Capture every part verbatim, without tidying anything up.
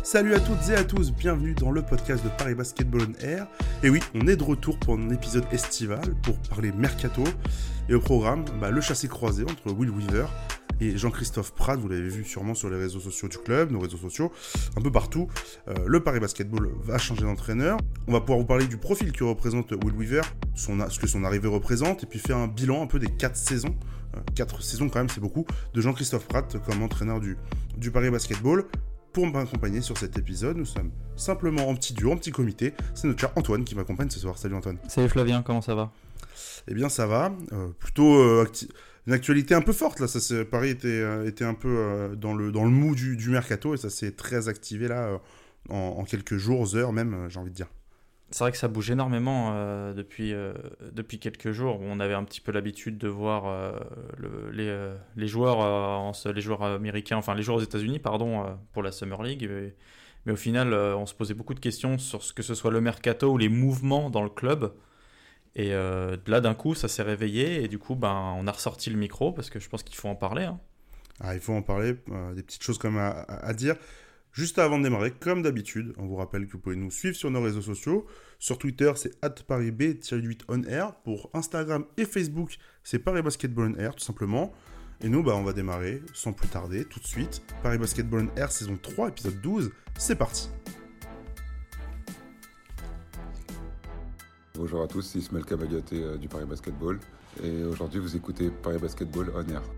Salut à toutes et à tous, bienvenue dans le podcast de Paris Basketball On Air. Et oui, on est de retour pour un épisode estival pour parler mercato. Et au programme, bah, le chassé-croisé entre Will Weaver et Jean-Christophe Prat. Vous l'avez vu sûrement sur les réseaux sociaux du club, nos réseaux sociaux, un peu partout. Euh, le Paris Basketball va changer d'entraîneur. On va pouvoir vous parler du profil que représente Will Weaver, son, ce que son arrivée représente, et puis faire un bilan un peu des quatre saisons. Euh, quatre saisons quand même, c'est beaucoup, de Jean-Christophe Prat comme entraîneur du, du Paris Basketball. Pour m'accompagner sur cet épisode, nous sommes simplement en petit duo, en petit comité. C'est notre cher Antoine qui m'accompagne ce soir. Salut Antoine. Salut Flavien, comment ça va ? Eh bien ça va, euh, plutôt euh, acti- une actualité un peu forte là. Ça, c'est, Paris était, euh, était un peu euh, dans, le, dans le mou du, du mercato et ça s'est très activé là euh, en, en quelques jours, heures même, euh, j'ai envie de dire. C'est vrai que ça bouge énormément euh, depuis, euh, depuis quelques jours. On avait un petit peu l'habitude de voir euh, le, les, euh, les, joueurs, euh, en, les joueurs américains, enfin les joueurs aux États-Unis, pardon, euh, pour la Summer League. Et, mais au final, euh, on se posait beaucoup de questions sur ce que ce soit le mercato ou les mouvements dans le club. Et euh, là, d'un coup, ça s'est réveillé et du coup, ben, on a ressorti le micro parce que je pense qu'il faut en parler. Hein. Ah, il faut en parler, euh, des petites choses quand même à, à, à dire. Juste avant de démarrer, comme d'habitude, on vous rappelle que vous pouvez nous suivre sur nos réseaux sociaux. Sur Twitter, c'est arobase paris b huit on air. Pour Instagram et Facebook, c'est Paris Basketball On Air, tout simplement. Et nous, bah, on va démarrer sans plus tarder, tout de suite. Paris Basketball On Air, saison trois, épisode douze. C'est parti. Bonjour à tous, c'est Ismaël Kamagaté euh, du Paris Basketball. Et aujourd'hui, vous écoutez Paris Basketball On Air.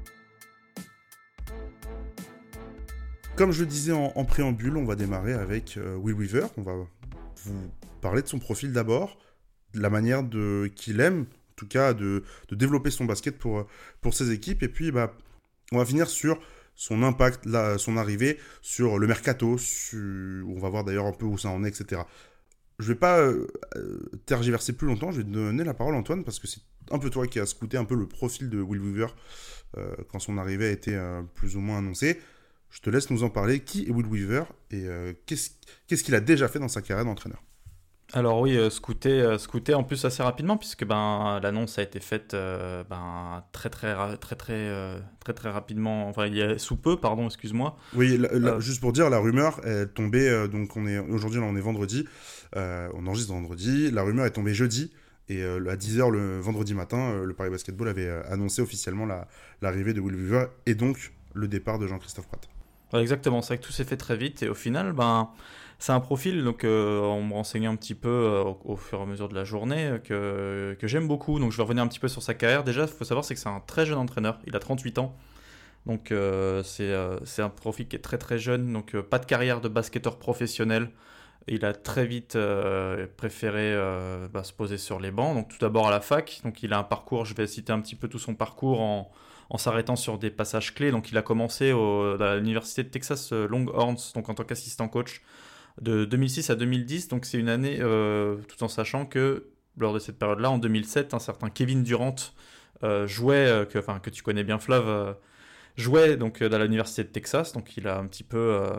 Comme je le disais en, en préambule, on va démarrer avec euh, Will Weaver. On va vous parler de son profil d'abord, de la manière de, qu'il aime, en tout cas, de, de développer son basket pour, pour ses équipes. Et puis, bah, on va finir sur son impact, la, son arrivée, sur le mercato. Sur, on va voir d'ailleurs un peu où ça en est, et cetera. Je ne vais pas euh, tergiverser plus longtemps. Je vais te donner la parole, Antoine, parce que c'est un peu toi qui as scouté un peu le profil de Will Weaver euh, quand son arrivée a été euh, plus ou moins annoncée. Je te laisse nous en parler. Qui est Will Weaver et euh, qu'est-ce, qu'est-ce qu'il a déjà fait dans sa carrière d'entraîneur ? Alors oui, euh, scouté, euh, scouté en plus assez rapidement puisque ben l'annonce a été faite euh, ben très très très très très euh, très très rapidement. Enfin il y a sous peu, pardon, excuse-moi. Oui, la, la, euh, juste pour dire, la rumeur est tombée. Euh, donc on est aujourd'hui là, on est vendredi. Euh, on enregistre vendredi. La rumeur est tombée jeudi. Et euh, à dix heures le vendredi matin, euh, le Paris Basketball avait euh, annoncé officiellement la, l'arrivée de Will Weaver et donc le départ de Jean-Christophe Prat. Ouais, exactement, c'est vrai que tout s'est fait très vite et au final, ben, c'est un profil, donc euh, on me renseignait un petit peu euh, au, au fur et à mesure de la journée, euh, que, que j'aime beaucoup. Donc je vais revenir un petit peu sur sa carrière. Déjà, il faut savoir c'est que c'est un très jeune entraîneur, il a trente-huit ans. Donc euh, c'est, euh, c'est un profil qui est très très jeune, donc euh, pas de carrière de basketteur professionnel. Il a très vite euh, préféré euh, bah, se poser sur les bancs. Donc tout d'abord à la fac, donc il a un parcours, je vais citer un petit peu tout son parcours en... en s'arrêtant sur des passages clés. Donc il a commencé au, à l'université de Texas Longhorns, donc en tant qu'assistant coach de deux mille six à deux mille dix. Donc c'est une année, euh, tout en sachant que lors de cette période-là, en deux mille sept, un certain Kevin Durant euh, jouait, euh, que, enfin, que tu connais bien Flav, euh, jouait donc, euh, à l'université de Texas. Donc il a un petit peu... Euh,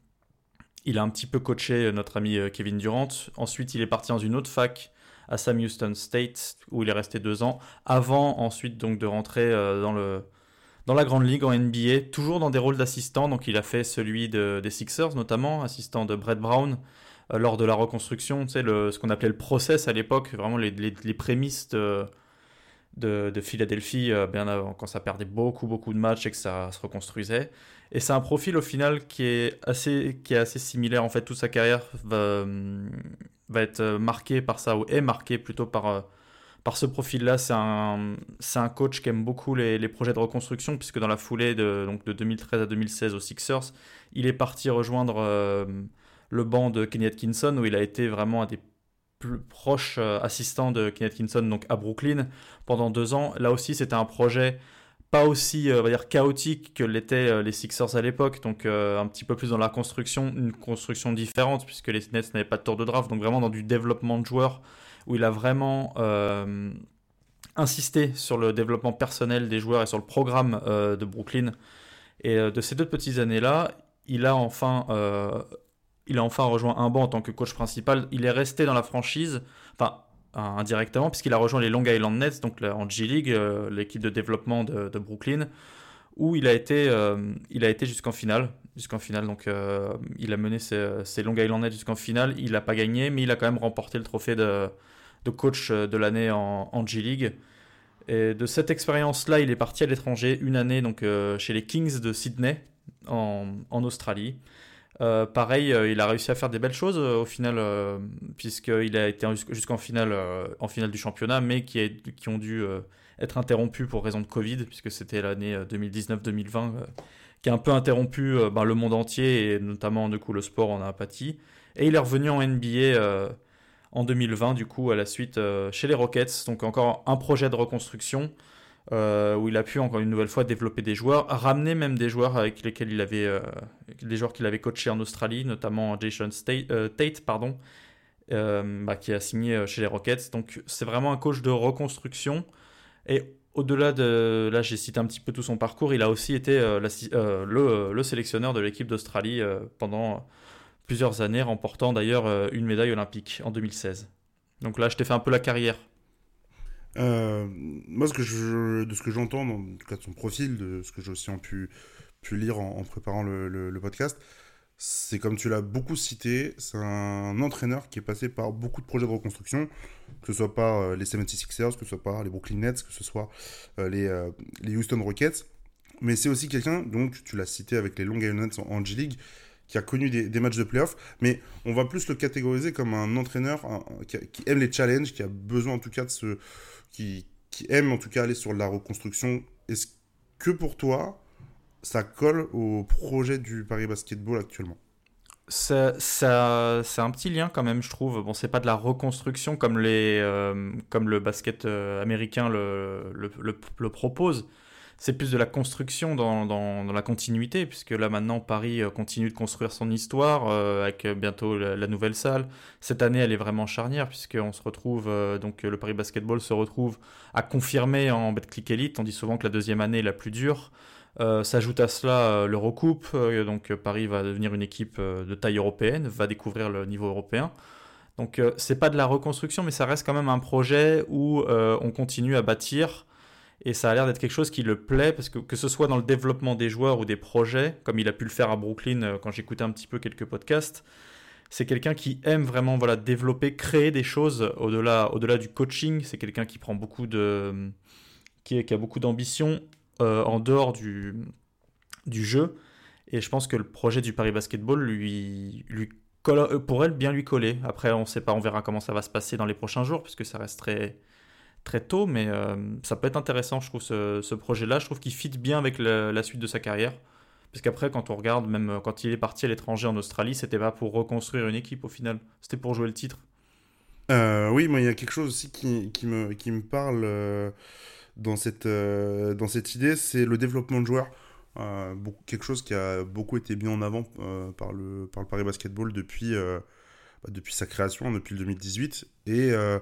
il a un petit peu coaché notre ami euh, Kevin Durant. Ensuite, il est parti dans une autre fac à Sam Houston State, où il est resté deux ans, avant ensuite donc de rentrer euh, dans, le, dans la grande ligue en N B A, toujours dans des rôles d'assistant. Donc il a fait celui de, des Sixers notamment, assistant de Brett Brown, euh, lors de la reconstruction, tu sais, le, ce qu'on appelait le process à l'époque, vraiment les, les, les prémices de, de, de Philadelphie, euh, bien avant, quand ça perdait beaucoup beaucoup de matchs et que ça se reconstruisait. Et c'est un profil au final qui est assez, qui est assez similaire. En fait, toute sa carrière va, va être marquée par ça, ou est marquée plutôt par, par ce profil-là. C'est un, c'est un coach qui aime beaucoup les, les projets de reconstruction, puisque dans la foulée de, donc de deux mille treize à deux mille seize aux Sixers, il est parti rejoindre euh, le banc de Kenny Atkinson, où il a été vraiment un des plus proches euh, assistants de Kenny Atkinson, donc à Brooklyn, pendant deux ans. Là aussi, c'était un projet pas aussi euh, on va dire chaotique que l'étaient euh, les Sixers à l'époque, donc euh, un petit peu plus dans la construction, une construction différente puisque les Nets n'avaient pas de tour de draft, donc vraiment dans du développement de joueurs où il a vraiment euh, insisté sur le développement personnel des joueurs et sur le programme euh, de Brooklyn. Et euh, de ces deux petites années-là, il a enfin euh, il a enfin rejoint un banc en tant que coach principal. Il est resté dans la franchise, enfin indirectement, puisqu'il a rejoint les Long Island Nets, donc en G League, euh, l'équipe de développement de, de Brooklyn, où il a été, euh, il a été jusqu'en finale. jusqu'en finale. Donc, euh, il a mené ses, ses Long Island Nets jusqu'en finale. Il n'a pas gagné, mais il a quand même remporté le trophée de, de coach de l'année en, en G-League. Et de cette expérience-là, il est parti à l'étranger une année donc, euh, chez les Kings de Sydney, en, en Australie. Euh, pareil, euh, il a réussi à faire des belles choses euh, au final, euh, puisqu'il a été jusqu'en finale, euh, en finale du championnat, mais qui, est, qui ont dû euh, être interrompus pour raison de Covid, puisque c'était l'année deux mille dix-neuf deux mille vingt euh, qui a un peu interrompu euh, ben, le monde entier, et notamment du coup, le sport en a pâti. Et il est revenu en N B A euh, en deux mille vingt, du coup, à la suite euh, chez les Rockets, donc encore un projet de reconstruction. Euh, où il a pu encore une nouvelle fois développer des joueurs, ramener même des joueurs avec lesquels il avait, euh, des joueurs qu'il avait coachés en Australie, notamment Jason State, euh, Tate, pardon, euh, bah, qui a signé chez les Rockets. Donc c'est vraiment un coach de reconstruction. Et au-delà de, là j'ai cité un petit peu tout son parcours, il a aussi été euh, la, euh, le, le sélectionneur de l'équipe d'Australie euh, pendant plusieurs années, remportant d'ailleurs euh, une médaille olympique en deux mille seize. Donc là je t'ai fait un peu la carrière. Euh, moi, ce que je, de ce que j'entends, dans en tout cas de son profil, de ce que j'ai aussi pu, pu lire en, en préparant le, le, le podcast, c'est comme tu l'as beaucoup cité, c'est un entraîneur qui est passé par beaucoup de projets de reconstruction, que ce soit par euh, les soixante-sixers, que ce soit par les Brooklyn Nets, que ce soit euh, les, euh, les Houston Rockets, mais c'est aussi quelqu'un, donc tu l'as cité avec les Long Island Nets en, en G-League, qui a connu des, des matchs de playoff, mais on va plus le catégoriser comme un entraîneur un, qui, qui aime les challenges, qui a besoin en tout cas de se... Qui, qui aime en tout cas aller sur la reconstruction. Est-ce que pour toi, ça colle au projet du Paris Basketball actuellement ? Ça, ça, c'est un petit lien quand même, je trouve. Bon, c'est pas de la reconstruction comme, les, euh, comme le basket euh, américain le, le, le, le propose. C'est plus de la construction dans, dans, dans la continuité, puisque là maintenant Paris continue de construire son histoire euh, avec bientôt la, la nouvelle salle. Cette année elle est vraiment charnière, puisqu'on se retrouve, euh, donc le Paris Basketball se retrouve à confirmer en Betclic Elite. On dit souvent que la deuxième année est la plus dure. Euh, s'ajoute à cela euh, l'Eurocoupe, euh, donc Paris va devenir une équipe euh, de taille européenne, va découvrir le niveau européen. Donc euh, c'est pas de la reconstruction, mais ça reste quand même un projet où euh, on continue à bâtir. Et ça a l'air d'être quelque chose qui le plaît, parce que que ce soit dans le développement des joueurs ou des projets, comme il a pu le faire à Brooklyn quand j'écoutais un petit peu quelques podcasts, c'est quelqu'un qui aime vraiment voilà, développer, créer des choses au-delà, au-delà du coaching. C'est quelqu'un qui prend beaucoup de, qui, qui a beaucoup d'ambition euh, en dehors du, du jeu. Et je pense que le projet du Paris Basketball lui, lui colle, pourrait bien lui coller. Après, on ne sait pas, on verra comment ça va se passer dans les prochains jours, puisque ça reste très... très tôt, mais euh, ça peut être intéressant, je trouve, ce, ce projet-là. Je trouve qu'il fit bien avec le, la suite de sa carrière. Parce qu'après, quand on regarde, même quand il est parti à l'étranger en Australie, c'était pas pour reconstruire une équipe au final. C'était pour jouer le titre. Euh, oui, moi, il y a quelque chose aussi qui, qui, me, qui me parle euh, dans, cette, euh, dans cette idée, c'est le développement de joueurs. Euh, beaucoup, quelque chose qui a beaucoup été mis en avant euh, par, le, par le Paris Basketball depuis, euh, bah, depuis sa création, depuis le deux mille dix-huit. Et... Euh,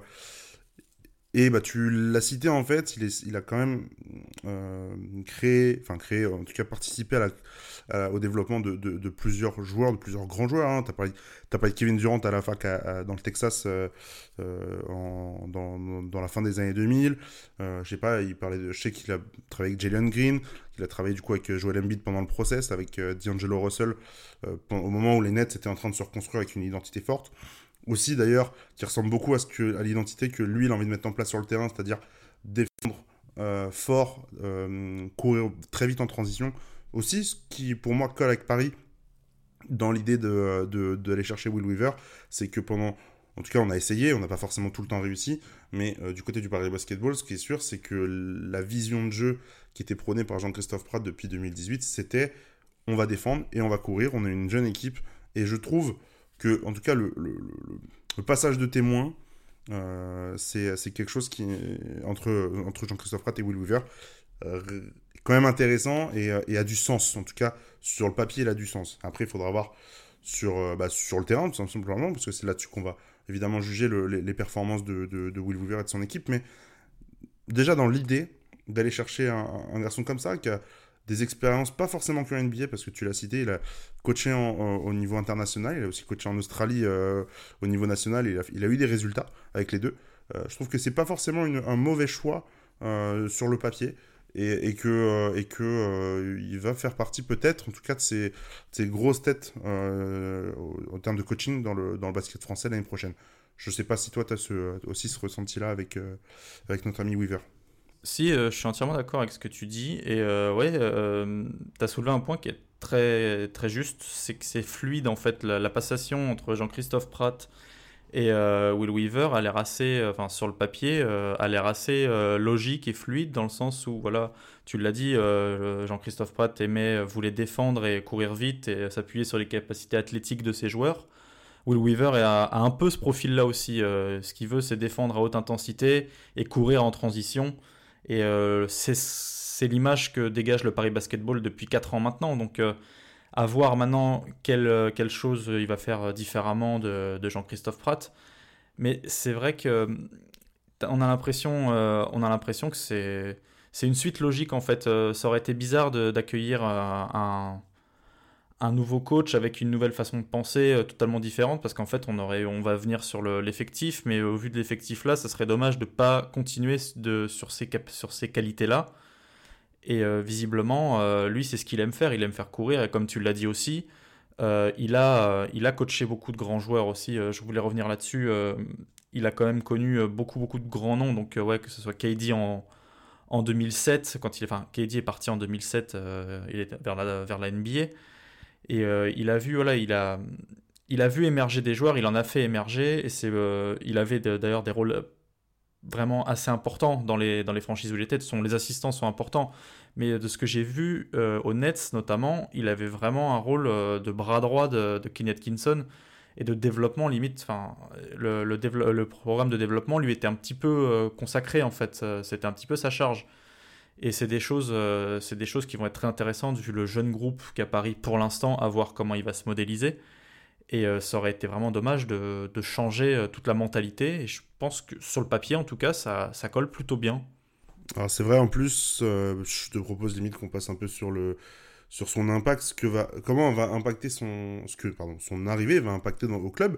Et bah, tu l'as cité en fait, il, est, il a quand même euh, créé, enfin créé, en tout cas participé à la, à, au développement de, de, de plusieurs joueurs, de plusieurs grands joueurs. Hein. Tu as parlé, t'as parlé de Kevin Durant à la fac à, à, dans le Texas euh, euh, en, dans, dans la fin des années deux mille. Euh, je sais pas, il parlait de, je sais qu'il a travaillé avec Jalen Green, qu'il a travaillé du coup avec Joel Embiid pendant le process, avec euh, D'Angelo Russell euh, au moment où les Nets étaient en train de se reconstruire avec une identité forte. Aussi d'ailleurs, qui ressemble beaucoup à, ce que, à l'identité que lui il a envie de mettre en place sur le terrain, c'est-à-dire défendre euh, fort, euh, courir très vite en transition. Aussi, ce qui pour moi colle avec Paris dans l'idée de, de, d'aller chercher Will Weaver, c'est que pendant, en tout cas on a essayé, on n'a pas forcément tout le temps réussi, mais euh, du côté du Paris Basketball, ce qui est sûr, c'est que la vision de jeu qui était prônée par Jean-Christophe Prat depuis deux mille dix-huit, c'était on va défendre et on va courir, on est une jeune équipe, et je trouve que, en tout cas, le, le, le, le passage de témoin, euh, c'est, c'est quelque chose qui, entre, entre Jean-Christophe Prat et Will Weaver, euh, est quand même intéressant et, et a du sens. En tout cas, sur le papier, il a du sens. Après, il faudra voir sur, bah, sur le terrain, tout simplement, parce que c'est là-dessus qu'on va évidemment juger le, les, les performances de, de, de Will Weaver et de son équipe. Mais déjà, dans l'idée d'aller chercher un, un garçon comme ça, qui a des expériences, pas forcément que en N B A, parce que tu l'as cité, il a coaché en, en, au niveau international, il a aussi coaché en Australie euh, au niveau national, il a, il a eu des résultats avec les deux. Euh, je trouve que c'est pas forcément une, un mauvais choix euh, sur le papier, et, et que, euh, et que euh, il va faire partie peut-être, en tout cas, de ces, de ces grosses têtes euh, en termes de coaching dans le, dans le basket français l'année prochaine. Je sais pas si toi, tu as ce, aussi ce ressenti-là avec, euh, avec notre ami Weaver. Si, euh, je suis entièrement d'accord avec ce que tu dis. Et euh, ouais, euh, tu as soulevé un point qui est très, très juste, c'est que c'est fluide en fait. La, la passation entre Jean-Christophe Pratt et euh, Will Weaver a l'air assez, enfin sur le papier, euh, a l'air assez euh, logique et fluide dans le sens où, voilà, tu l'as dit, euh, Jean-Christophe Pratt aimait, voulait défendre et courir vite et s'appuyer sur les capacités athlétiques de ses joueurs. Will Weaver a, a un peu ce profil-là aussi. Euh, ce qu'il veut, c'est défendre à haute intensité et courir en transition. Et euh, c'est, c'est l'image que dégage le Paris Basketball depuis quatre ans maintenant. Donc, euh, à voir maintenant quelle, quelle chose il va faire différemment de, de Jean-Christophe Pratt. Mais c'est vrai que on a l'impression, euh, on a l'impression que c'est, c'est une suite logique en fait. Euh, ça aurait été bizarre de, d'accueillir euh, un, un nouveau coach avec une nouvelle façon de penser euh, totalement différente parce qu'en fait on, aurait, on va venir sur le, l'effectif, mais au vu de l'effectif là, ça serait dommage de ne pas continuer de, sur, ces cap, sur ces qualités-là. Et euh, visiblement, euh, lui, c'est ce qu'il aime faire. Il aime faire courir. Et comme tu l'as dit aussi, euh, il, a, euh, il a coaché beaucoup de grands joueurs aussi. Euh, je voulais revenir là-dessus. Euh, il a quand même connu euh, beaucoup, beaucoup de grands noms. Donc, euh, ouais, que ce soit K D en, en deux mille sept, quand il, enfin, K D est parti en deux mille sept, euh, il est vers la, vers la N B A. Et euh, il a vu, voilà, il a, il a vu émerger des joueurs. Il en a fait émerger. Et c'est, euh, il avait de, d'ailleurs des rôles vraiment assez important dans les, dans les franchises où il était. Son, les assistants sont importants, mais de ce que j'ai vu euh, aux Nets notamment, il avait vraiment un rôle euh, de bras droit de, de Kenny Atkinson et de développement limite. Enfin, le, le, dévelop- le programme de développement lui était un petit peu euh, consacré en fait. Euh, C'était un petit peu sa charge. Et c'est des choses, euh, c'est des choses qui vont être très intéressantes vu le jeune groupe qu'a Paris pour l'instant, à voir comment il va se modéliser. Et euh, ça aurait été vraiment dommage de, de changer euh, toute la mentalité. Et je pense que sur le papier, en tout cas, ça, ça colle plutôt bien. Alors c'est vrai, en plus, euh, je te propose limite qu'on passe un peu sur le sur son impact, ce que va, comment va impacter son, ce que, pardon, son arrivée va impacter dans, au club.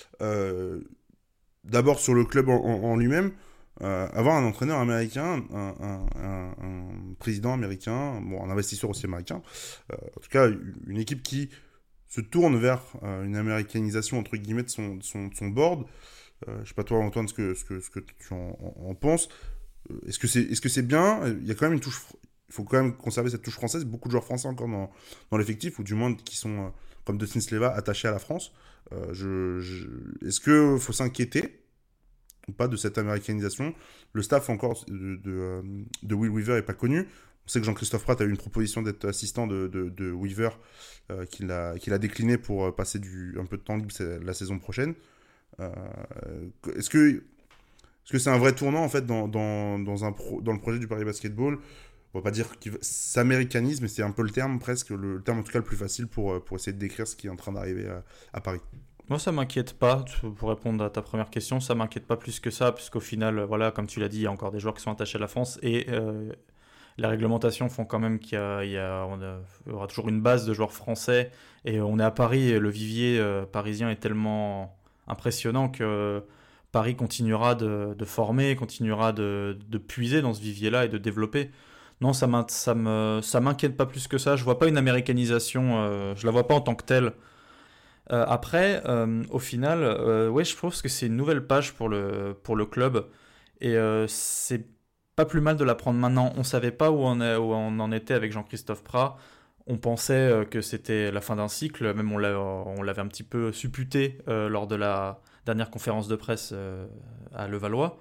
Euh, D'abord sur le club en, en, en lui-même, euh, avoir un entraîneur américain, un, un, un, un président américain, bon, un investisseur aussi américain, euh, en tout cas une équipe qui se tourne vers euh, une américanisation entre guillemets de son, de son, de son board. Euh, je sais pas toi Antoine ce que, ce que, ce que tu en, en, en penses. Euh, Est-ce que c'est est-ce que c'est bien? Il y a quand même une touche, il faut quand même conserver cette touche française. Beaucoup de joueurs français encore dans, dans l'effectif, ou du moins qui sont, euh, comme Dustin Sleva, attachés à la France. Euh, je, je... Est-ce qu'il faut s'inquiéter ou pas de cette américanisation? Le staff encore de, de, de Will Weaver n'est pas connu. On sait que Jean-Christophe Pratt a eu une proposition d'être assistant de, de, de Weaver euh, qu'il a, qu'il a décliné pour passer du, un peu de temps libre la saison prochaine. Euh, est-ce que est-ce que c'est un vrai tournant en fait dans, dans, dans, un pro, dans le projet du Paris Basketball? On va pas dire qu'il s'américanise, mais c'est un peu le terme presque, le, le terme en tout cas le plus facile pour, pour essayer de décrire ce qui est en train d'arriver à, à Paris. Moi, ça m'inquiète pas. Pour répondre à ta première question, ça m'inquiète pas plus que ça, puisqu'au final, voilà, comme tu l'as dit, il y a encore des joueurs qui sont attachés à la France et euh, les réglementations font quand même qu'il y a, il y, a, on a, il y aura toujours une base de joueurs français. Et on est à Paris et le vivier euh, parisien est tellement impressionnant que Paris continuera de, de former, continuera de, de puiser dans ce vivier-là et de développer. Non, ça, ça, me, ça m'inquiète pas plus que ça. Je vois pas une américanisation, euh, je la vois pas en tant que telle. Euh, après, euh, au final, euh, ouais, je trouve que c'est une nouvelle page pour le, pour le club. Et euh, c'est pas plus mal de la prendre maintenant. On savait pas où on, est, où on en était avec Jean-Christophe Prat. On pensait que c'était la fin d'un cycle. Même on, l'a, on l'avait un petit peu supputé euh, lors de la dernière conférence de presse euh, à Levallois.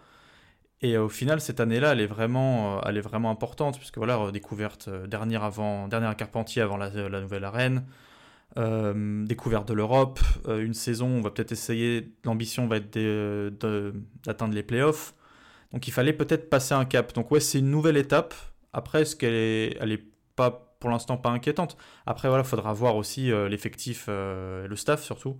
Et euh, au final, cette année-là, elle est vraiment, euh, elle est vraiment importante. Puisque voilà, découverte euh, dernière, avant, dernière à Carpentier avant la, la nouvelle arène. Euh, découverte de l'Europe, euh, une saison, on va peut-être essayer, l'ambition va être de, de, d'atteindre les playoffs, donc il fallait peut-être passer un cap. Donc ouais, c'est une nouvelle étape. Après, est-ce qu'elle est, elle est pas, pour l'instant pas inquiétante? Après voilà, il faudra voir aussi euh, l'effectif, euh, le staff surtout,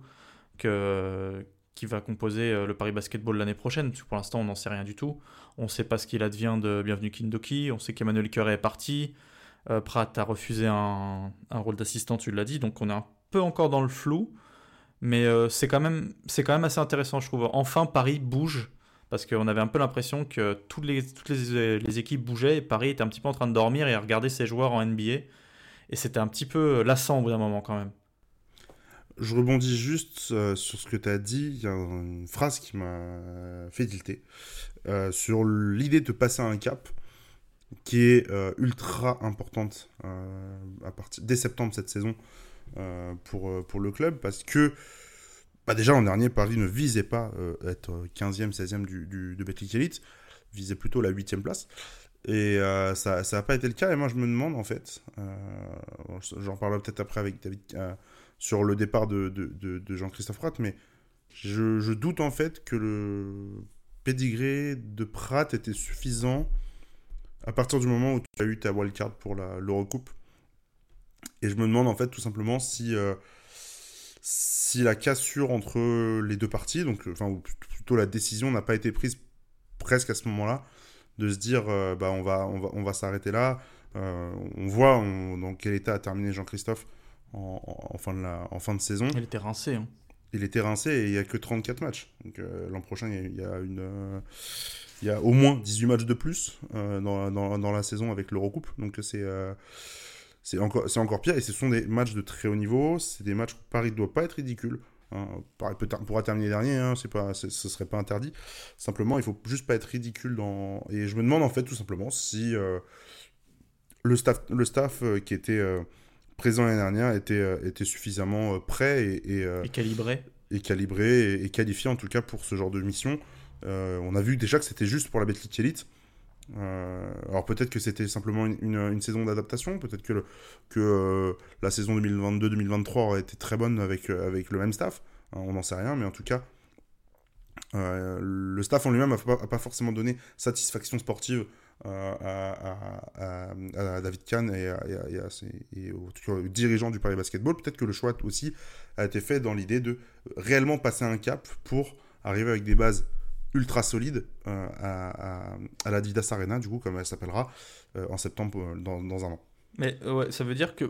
que, qui va composer euh, le Paris Basketball l'année prochaine, parce que pour l'instant on n'en sait rien du tout. On ne sait pas ce qu'il advient de Bienvenue Kindoki, on sait qu'Emmanuel Curé est parti. Euh, Pratt a refusé un, un rôle d'assistant, tu l'as dit, donc on est un peu encore dans le flou, mais euh, c'est, quand même, c'est quand même assez intéressant, je trouve. Enfin, Paris bouge Parce qu'on avait un peu l'impression que toutes les, toutes les, les équipes bougeaient et Paris était un petit peu en train de dormir et à regarder ses joueurs en N B A. Et c'était un petit peu lassant au bout d'un moment quand même. Je rebondis juste euh, sur ce que tu as dit. Il y a une phrase qui m'a fait tilter euh, sur l'idée de passer à un cap qui est euh, ultra importante euh, à partir dès septembre cette saison euh, pour, pour le club, parce que bah déjà l'an dernier Paris ne visait pas euh, être quinzième, seizième du, du, de Betclic Elite, visait plutôt la huitième place, et euh, ça n'a pas été le cas. Et moi je me demande en fait, euh, j'en parlerai peut-être après avec David euh, sur le départ de, de, de, de Jean-Christophe Prat, mais je, je doute en fait que le pédigré de Prat était suffisant à partir du moment où tu as eu ta wildcard pour la, l'Eurocoupe. Et je me demande en fait tout simplement si, euh, si la cassure entre les deux parties, donc, enfin, ou plutôt la décision n'a pas été prise presque à ce moment-là, de se dire euh, bah, on, va, on, va, on va s'arrêter là. Euh, on voit on, dans quel état a terminé Jean-Christophe en, en, en, fin, de la, en fin de saison. Il était rincé. Hein. Il était rincé et il n'y a que trente-quatre matchs. Donc euh, l'an prochain, il y, y a une... Euh, il y a au moins dix-huit matchs de plus euh, dans, dans, dans la saison avec l'Eurocoupe. Donc c'est, euh, c'est, encore, c'est encore pire. Et ce sont des matchs de très haut niveau. C'est des matchs où Paris ne doit pas être ridicule. Hein. Paris peut, pourra terminer dernier, hein. c'est pas, c'est, ce ne serait pas interdit. Simplement, il ne faut juste pas être ridicule. Dans... Et je me demande en fait tout simplement si euh, le staff, le staff euh, qui était euh, présent l'année dernière était, euh, était suffisamment euh, prêt et, et, euh, et calibré. Et calibré et, et qualifié en tout cas pour ce genre de mission. Euh, on a vu déjà que c'était juste pour la Betclic Elite. Euh, alors peut-être que c'était simplement une, une, une saison d'adaptation, peut-être que, le, que euh, la saison deux mille vingt-deux deux mille vingt-trois aurait été très bonne avec, euh, avec le même staff, hein, on n'en sait rien, mais en tout cas euh, le staff en lui-même n'a pas, pas forcément donné satisfaction sportive euh, à, à, à, à David Kahn et, à, et, à, et, à, et au, aux dirigeants du Paris Basketball. Peut-être que le choix aussi a été fait dans l'idée de réellement passer un cap pour arriver avec des bases ultra solide euh, à, à, à la Adidas Arena, du coup, comme elle s'appellera, euh, en septembre euh, dans, dans un an. Mais ouais, ça veut dire que,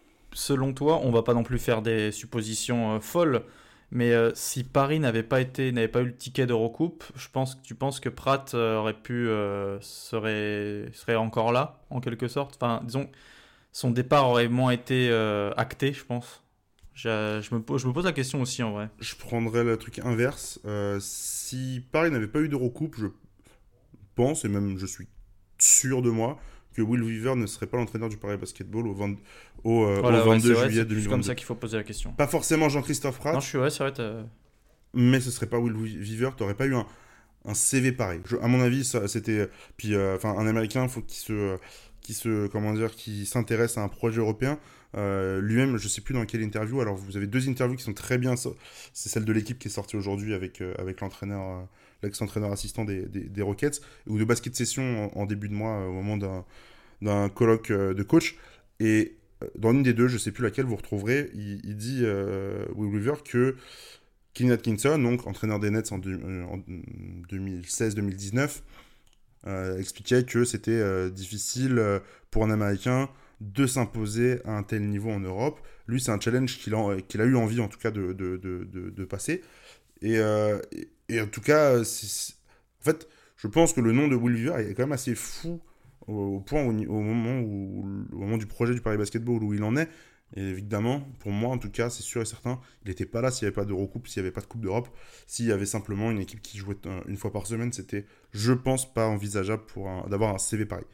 selon toi, on va pas non plus faire des suppositions euh, folles, mais euh, si Paris n'avait pas été, n'avait pas eu le ticket d'Eurocoupe, je pense que tu penses que Prat euh, aurait pu, euh, serait, serait encore là, en quelque sorte. Enfin, disons, son départ aurait moins été euh, acté, je pense. Je, je, me pose, je me pose la question aussi en vrai. Je prendrais le truc inverse. Euh, si Paris n'avait pas eu d'Eurocoupe, je pense, et même je suis sûr de moi, que Will Weaver ne serait pas l'entraîneur du Paris Basketball au, vingt, au, euh, voilà, au vingt-deux ouais, juillet c'est deux mille vingt-deux. C'est comme ça qu'il faut poser la question. Pas forcément Jean-Christophe Prat. Non, je suis ouais, c'est vrai. T'as... Mais ce serait pas Will Weaver, t'aurais pas eu un, un C V pareil. Je, à mon avis, ça, c'était. Puis, enfin, euh, un Américain, faut qu'il se. qui se comment dire qui s'intéresse à un projet européen euh, lui-même, je sais plus dans quelle interview, alors vous avez deux interviews qui sont très bien, c'est celle de l'équipe qui est sortie aujourd'hui avec, euh, avec l'entraîneur euh, l'ex-entraîneur assistant des, des, des Rockets, ou de basket session en, en début de mois euh, au moment d'un, d'un colloque euh, de coach, et euh, dans une des deux, je sais plus laquelle, vous retrouverez, il, il dit euh, Will Weaver que Kenny Atkinson, donc entraîneur des Nets en, de, en deux mille seize deux mille dix-neuf, Euh, expliquait que c'était euh, difficile euh, pour un Américain de s'imposer à un tel niveau en Europe. Lui, c'est un challenge qu'il a, qu'il a eu envie, en tout cas, de, de, de, de, de passer. Et, euh, et, et en tout cas, c'est, c'est... en fait, je pense que le nom de Will Weaver est quand même assez fou au, au point où, au, moment où, au moment du projet du Paris Basketball où il en est. Et évidemment, pour moi en tout cas, c'est sûr et certain, il n'était pas là s'il n'y avait pas d'Eurocoupe, s'il n'y avait pas de Coupe d'Europe, s'il y avait simplement une équipe qui jouait une fois par semaine, c'était, je pense, pas envisageable pour un, d'avoir un C V pareil.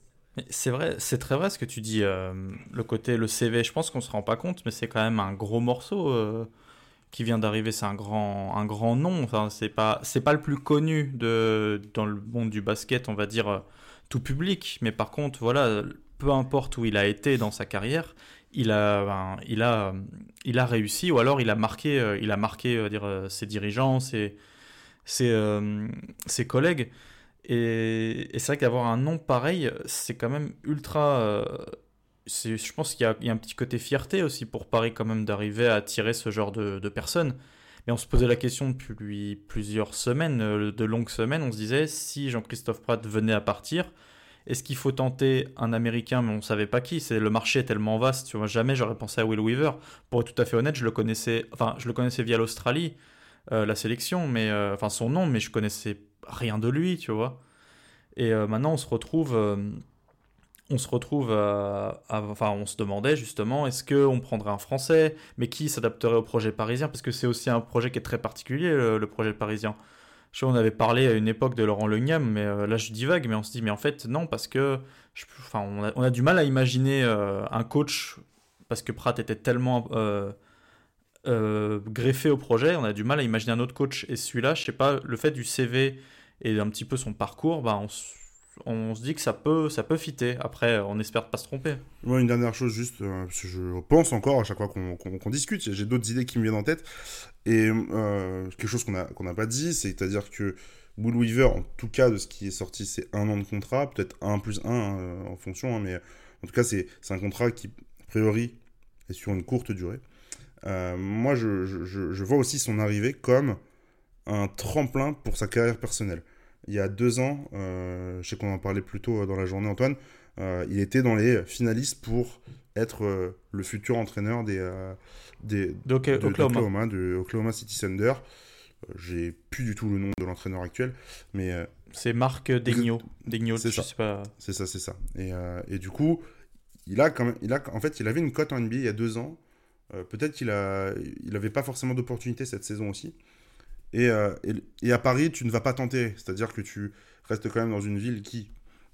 C'est vrai, c'est très vrai ce que tu dis, euh, le côté, le C V, je pense qu'on se rend pas compte, mais c'est quand même un gros morceau euh, qui vient d'arriver, c'est un grand, un grand nom, enfin, c'est pas, c'est pas le plus connu de, dans le monde du basket, on va dire, euh, tout public, mais par contre, voilà, peu importe où il a été dans sa carrière, il a, ben, il a, il a réussi, ou alors il a marqué, euh, il a marqué euh, dire, euh, ses dirigeants, ses, ses, euh, ses collègues. Et, et c'est vrai qu'avoir un nom pareil, c'est quand même ultra. Euh, c'est, je pense qu'il y a, il y a un petit côté fierté aussi pour Paris quand même d'arriver à attirer ce genre de, de personnes. Mais on se posait la question depuis plusieurs semaines, euh, de longues semaines, on se disait si Jean-Christophe Prat venait à partir. Est-ce qu'il faut tenter un Américain, mais on ne savait pas qui, c'est, le marché est tellement vaste, tu vois, jamais j'aurais pensé à Will Weaver. Pour être tout à fait honnête, je le connaissais, enfin, je le connaissais via l'Australie, euh, la sélection, mais, euh, enfin son nom, mais je connaissais rien de lui, tu vois. Et euh, maintenant, on se retrouve, euh, on se retrouve, à, à- enfin, on se demandait justement, est-ce qu'on prendrait un Français, mais qui s'adapterait au projet parisien, parce que c'est aussi un projet qui est très particulier, le, le projet parisien. Je sais, on avait parlé à une époque de Laurent Le Guen, mais euh, là je divague, mais on se dit, mais en fait, non, parce que, je- enfin, on a, on a du mal à imaginer euh, un coach, parce que Pratt était tellement euh, euh, greffé au projet, on a du mal à imaginer un autre coach. Et celui-là, je sais pas, le fait du C V et un petit peu son parcours, bah, on, s- on se dit que ça peut, ça peut fitter. Après, on espère pas se tromper. Moi, une dernière chose, juste, euh, parce que je pense encore à chaque fois qu'on qu'on- qu'on discute, j'ai d'autres idées qui me viennent en tête. Et euh, quelque chose qu'on a, qu'on n'a pas dit, c'est-à-dire que Will Weaver, en tout cas de ce qui est sorti, c'est un an de contrat, peut-être un plus un euh, en fonction, hein, mais en tout cas, c'est c'est un contrat qui, a priori, est sur une courte durée. Euh, moi, je, je, je- je vois aussi son arrivée comme un tremplin pour sa carrière personnelle. Il y a deux ans, euh, je sais qu'on en parlait plus tôt dans la journée, Antoine, euh, il était dans les finalistes pour être euh, le futur entraîneur des, euh, des, Donc, de, Oklahoma. d'Oklahoma, de Oklahoma City Thunder. Euh, J'ai plus du tout le nom de l'entraîneur actuel, mais euh, C'est Marc Degnaud. Degnaud, c'est je ça. sais pas. C'est ça, c'est ça. Et, euh, et du coup, il a quand même, il a, en fait, il avait une cote en N B A il y a deux ans. Euh, peut-être qu'il a, il avait pas forcément d'opportunité cette saison aussi. Et, euh, et, et à Paris, tu ne vas pas tenter. C'est-à-dire que tu restes quand même dans une ville qui,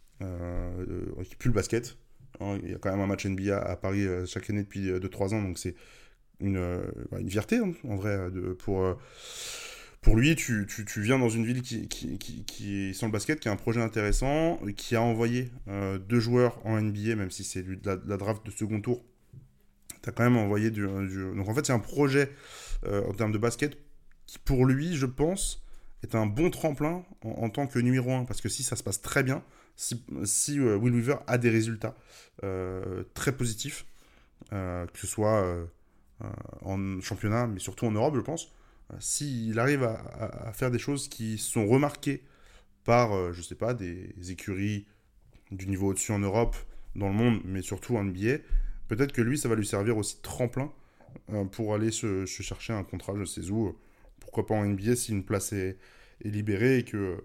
euh, euh, qui pue le basket. Hein, il y a quand même un match N B A à Paris euh, chaque année depuis deux trois ans. Donc c'est une, euh, une fierté, hein, en vrai, de, pour, euh, pour lui. Tu, tu, tu viens dans une ville qui, qui, qui, qui, sans le basket, qui a un projet intéressant, qui a envoyé euh, deux joueurs en N B A, même si c'est de la, de la draft de second tour. Tu as quand même envoyé du, du... Donc en fait, c'est un projet euh, en termes de basket qui, pour lui, je pense, est un bon tremplin en, en tant que numéro un. Parce que si ça se passe très bien, si, si euh, Will Weaver a des résultats euh, très positifs, euh, que ce soit euh, euh, en championnat, mais surtout en Europe, je pense, euh, s'il arrive à, à, à faire des choses qui sont remarquées par, euh, je sais pas, des écuries du niveau au-dessus en Europe, dans le monde, mais surtout en N B A, peut-être que lui, ça va lui servir aussi de tremplin euh, pour aller se, se chercher un contrat, je sais où. Pourquoi pas en N B A si une place est, est libérée et que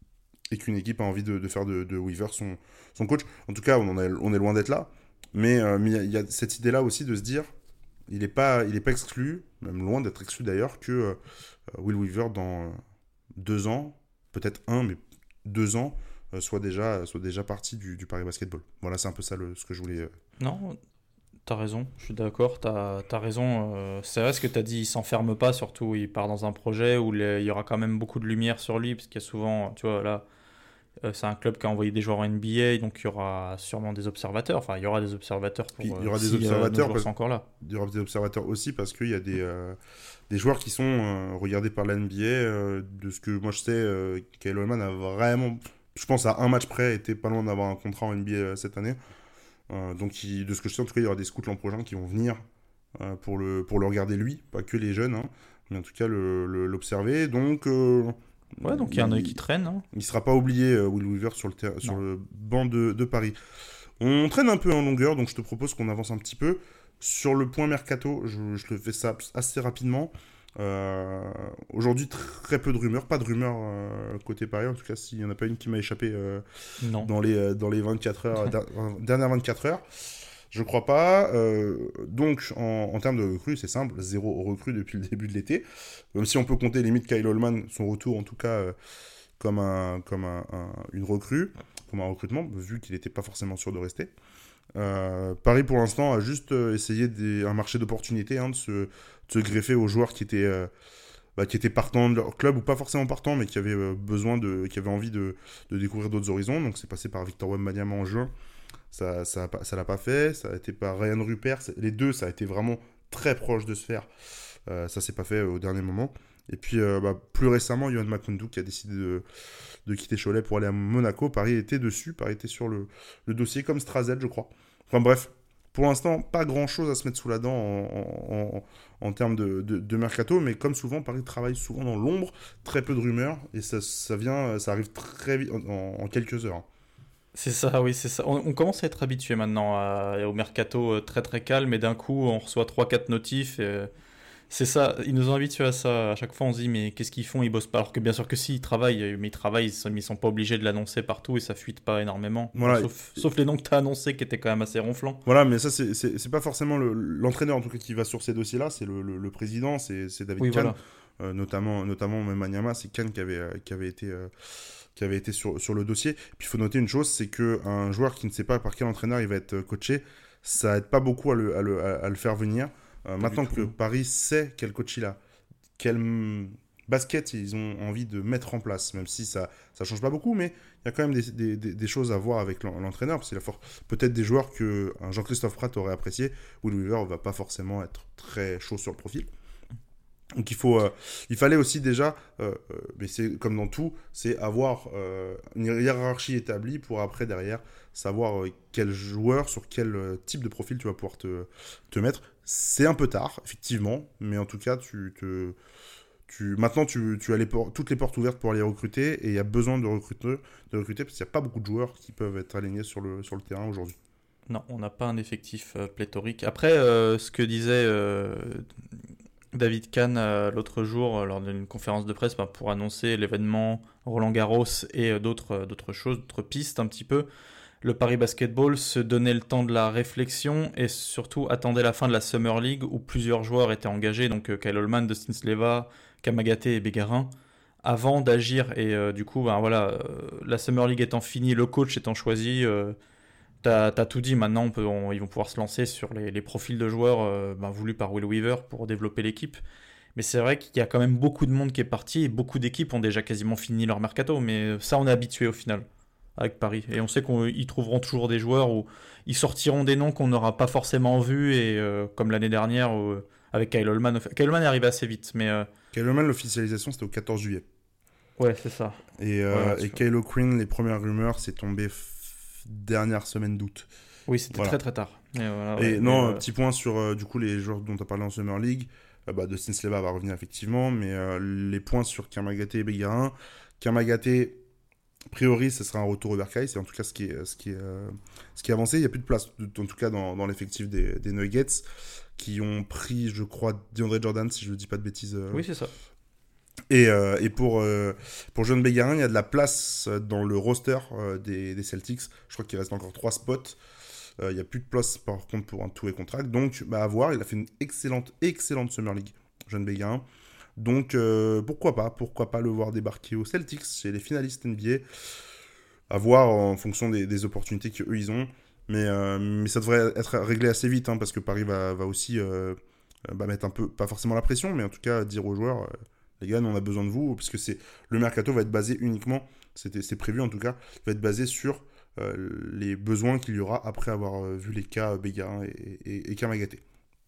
et qu'une équipe a envie de, de faire de, de Weaver son, son coach. En tout cas, on, en est, on est loin d'être là. Mais euh, mais il y, y a cette idée-là aussi de se dire, il n'est pas, il est pas exclu, même loin d'être exclu d'ailleurs, que euh, Will Weaver, dans deux ans, peut-être un, mais deux ans, euh, soit, déjà, soit déjà parti du, du Paris Basketball. Voilà, c'est un peu ça le, ce que je voulais... Euh... Non, t'as raison, je suis d'accord, t'as, t'as raison. euh, c'est vrai ce que t'as dit, il s'enferme pas, surtout il part dans un projet où les- il y aura quand même beaucoup de lumière sur lui, parce qu'il y a souvent, tu vois, là, euh, c'est un club qui a envoyé des joueurs en N B A, donc il y aura sûrement des observateurs, enfin il y aura des observateurs pour Puis, il y aura euh, des si, euh, nos observateurs joueurs parce- sont encore là. Il y aura des observateurs aussi parce qu'il y a des, euh, des joueurs qui sont euh, regardés par la N B A. Euh, de ce que moi je sais, euh, Kyle Holman a vraiment, je pense à un match près, était pas loin d'avoir un contrat en N B A euh, cette année. Euh, donc il- de ce que je sais, en tout cas, il y aura des scouts l'an prochain qui vont venir euh, pour, le, pour le regarder lui, pas que les jeunes, hein, mais en tout cas le, le- l'observer. Donc, euh, Ouais, donc il y a un œil il, qui traîne. Hein. il sera pas oublié, euh, Will Weaver, sur le, ter- sur Non. le banc de, de Paris. On traîne un peu en longueur, donc je te propose qu'on avance un petit peu. Sur le point mercato, je, je le fais ça assez rapidement. Euh, aujourd'hui, très peu de rumeurs, pas de rumeurs euh, côté Paris, en tout cas, s'il n'y en a pas une qui m'a échappé euh, Non. dans, les, euh, dans les vingt-quatre heures, der- dernières vingt-quatre heures. Je crois pas. Euh, donc, en, en termes de recrues, c'est simple, zéro recrue depuis le début de l'été. Même si on peut compter limite Kyle Holman, son retour en tout cas, euh, comme, un, comme un, un- une recrue, comme un recrutement, vu qu'il n'était pas forcément sûr de rester. Euh, Paris, pour l'instant, a juste euh, essayé des, un marché d'opportunités, hein, de, se, de se greffer aux joueurs qui étaient, euh, bah, qui étaient partants de leur club, ou pas forcément partants, mais qui avaient euh, besoin de, qui avaient envie de, de découvrir d'autres horizons. Donc, c'est passé par Victor Wembanyama en juin. Ça ça, a pas- ça l'a pas fait. Ça a été par Ryan Rupert. C'est- Les deux, ça a été vraiment très proche de se faire. Euh, ça s'est pas fait euh, au dernier moment. Et puis, euh, bah, plus récemment, Yohan Makoundou qui a décidé de, de quitter Cholet pour aller à Monaco. Paris était dessus. Paris était sur le, le dossier, comme Strazel, je crois. Enfin bref, pour l'instant, pas grand-chose à se mettre sous la dent en, en, en, en termes de, de, de mercato. Mais comme souvent, Paris travaille souvent dans l'ombre. Très peu de rumeurs. Et ça, ça, vient, ça arrive très vite, en, en quelques heures. C'est ça, oui, c'est ça. On, on commence à être habitué maintenant à- au mercato euh, très très calme, et d'un coup on reçoit trois quatre notifs et, C'est ça, ils nous ont habitués à ça. À chaque fois, on se dit, mais qu'est-ce qu'ils font? Ils bossent pas. Alors que bien sûr que si, ils travaillent, mais ils travaillent, ils sont, ils sont pas obligés de l'annoncer partout et ça fuite pas énormément. Voilà. Sauf, sauf les noms que tu as annoncés qui étaient quand même assez ronflants. Voilà, mais ça, c'est, c'est, c'est pas forcément le, l'entraîneur en tout cas qui va sur ces dossiers-là, c'est le, le, le président, c'est, c'est David Oui, Kahn, voilà. euh, notamment, notamment même à Niama, c'est Kahn qui avait, euh, qui avait été, euh, qui avait été sur, sur le dossier. Puis il faut noter une chose, c'est qu'un joueur qui ne sait pas par quel entraîneur il va être coaché, ça aide pas beaucoup à le, à le, à le faire venir. Euh, maintenant que Paris sait quel coach il a, quel basket ils ont envie de mettre en place, même si ça ça change pas beaucoup, mais il y a quand même des, des, des, des choses à voir avec l'entraîneur, parce qu'il y a fort, peut-être des joueurs que un Jean-Christophe Prat aurait apprécié, Will Weaver va pas forcément être très chaud sur le profil. Donc il faut, euh, il fallait aussi déjà, euh, euh, mais c'est comme dans tout, c'est avoir euh, une hiérarchie établie pour après derrière savoir euh, quel joueur sur quel euh, type de profil tu vas pouvoir te, te mettre. C'est un peu tard, effectivement, mais en tout cas tu te Tu, maintenant, tu, tu as les por- toutes les portes ouvertes pour aller recruter et il y a besoin de recruter, de recruter parce qu'il n'y a pas beaucoup de joueurs qui peuvent être alignés sur le, sur le terrain aujourd'hui. Non, on n'a pas un effectif euh, pléthorique. Après, euh, ce que disait euh, David Kahn euh, l'autre jour euh, lors d'une conférence de presse bah, pour annoncer l'événement Roland Garros et euh, d'autres, euh, d'autres choses, d'autres pistes un petit peu, le Paris Basketball se donnait le temps de la réflexion et surtout attendait la fin de la Summer League où plusieurs joueurs étaient engagés, donc euh, Kyle Holman, Dustin Sleva, Kamagaté et Bégarin, avant d'agir. Et euh, du coup, ben, voilà, euh, la Summer League étant finie, le coach étant choisi, euh, t'as, t'as tout dit. Maintenant, on peut, on- ils vont pouvoir se lancer sur les, les profils de joueurs euh, ben, voulus par Will Weaver pour développer l'équipe. Mais c'est vrai qu'il y a quand même beaucoup de monde qui est parti et beaucoup d'équipes ont déjà quasiment fini leur mercato. Mais ça, on est habitué au final avec Paris. Et on sait qu'ils trouveront toujours des joueurs où ils sortiront des noms qu'on n'aura pas forcément vus. Et euh, comme l'année dernière où, euh, avec Kyle Holman. Kyle Holman est arrivé assez vite. Mais euh, Kyle Holman, l'officialisation, c'était au quatorze juillet. ouais, c'est ça. Et, euh, Ouais, et Kylo Quinn, les premières rumeurs, c'est tombé f- dernière semaine d'août. Oui, c'était Voilà. très très tard. Et, voilà, Et ouais, non, mais, un euh, petit point sur euh, du coup les joueurs dont tu as parlé en Summer League. Euh, bah, Dustin Sleva va revenir effectivement, mais euh, les points sur Kamagaté et Bégarin. Kamagaté, a priori, ce sera un retour au Bercail, c'est en tout cas ce qui est, ce qui est, euh, ce qui est avancé. Il n'y a plus de place, en tout cas dans, dans l'effectif des, des Nuggets, qui ont pris, je crois, DeAndre Jordan, si je ne dis pas de bêtises. euh, Oui, c'est ça. Et, euh, et pour, euh, pour John Bégarin, il y a de la place dans le roster euh, des, des Celtics. Je crois qu'il reste encore trois spots. Euh, il n'y a plus de place par contre pour un two-way contract. Donc, bah, à voir. Il a fait une excellente, excellente Summer League, John Bégarin. Donc, euh, pourquoi pas Pourquoi pas le voir débarquer aux Celtics, chez les finalistes N B A. À voir en fonction des, des opportunités qu'eux, ils ont. Mais, euh, mais ça devrait être réglé assez vite, hein, parce que Paris va, va aussi euh, bah, mettre un peu, pas forcément la pression, mais en tout cas dire aux joueurs... Euh, les gars, on a besoin de vous, parce que c'est, le mercato va être basé uniquement, c'était, c'est prévu en tout cas, va être basé sur euh, les besoins qu'il y aura après avoir euh, vu les cas Bégarin et, et, et Kamagaté.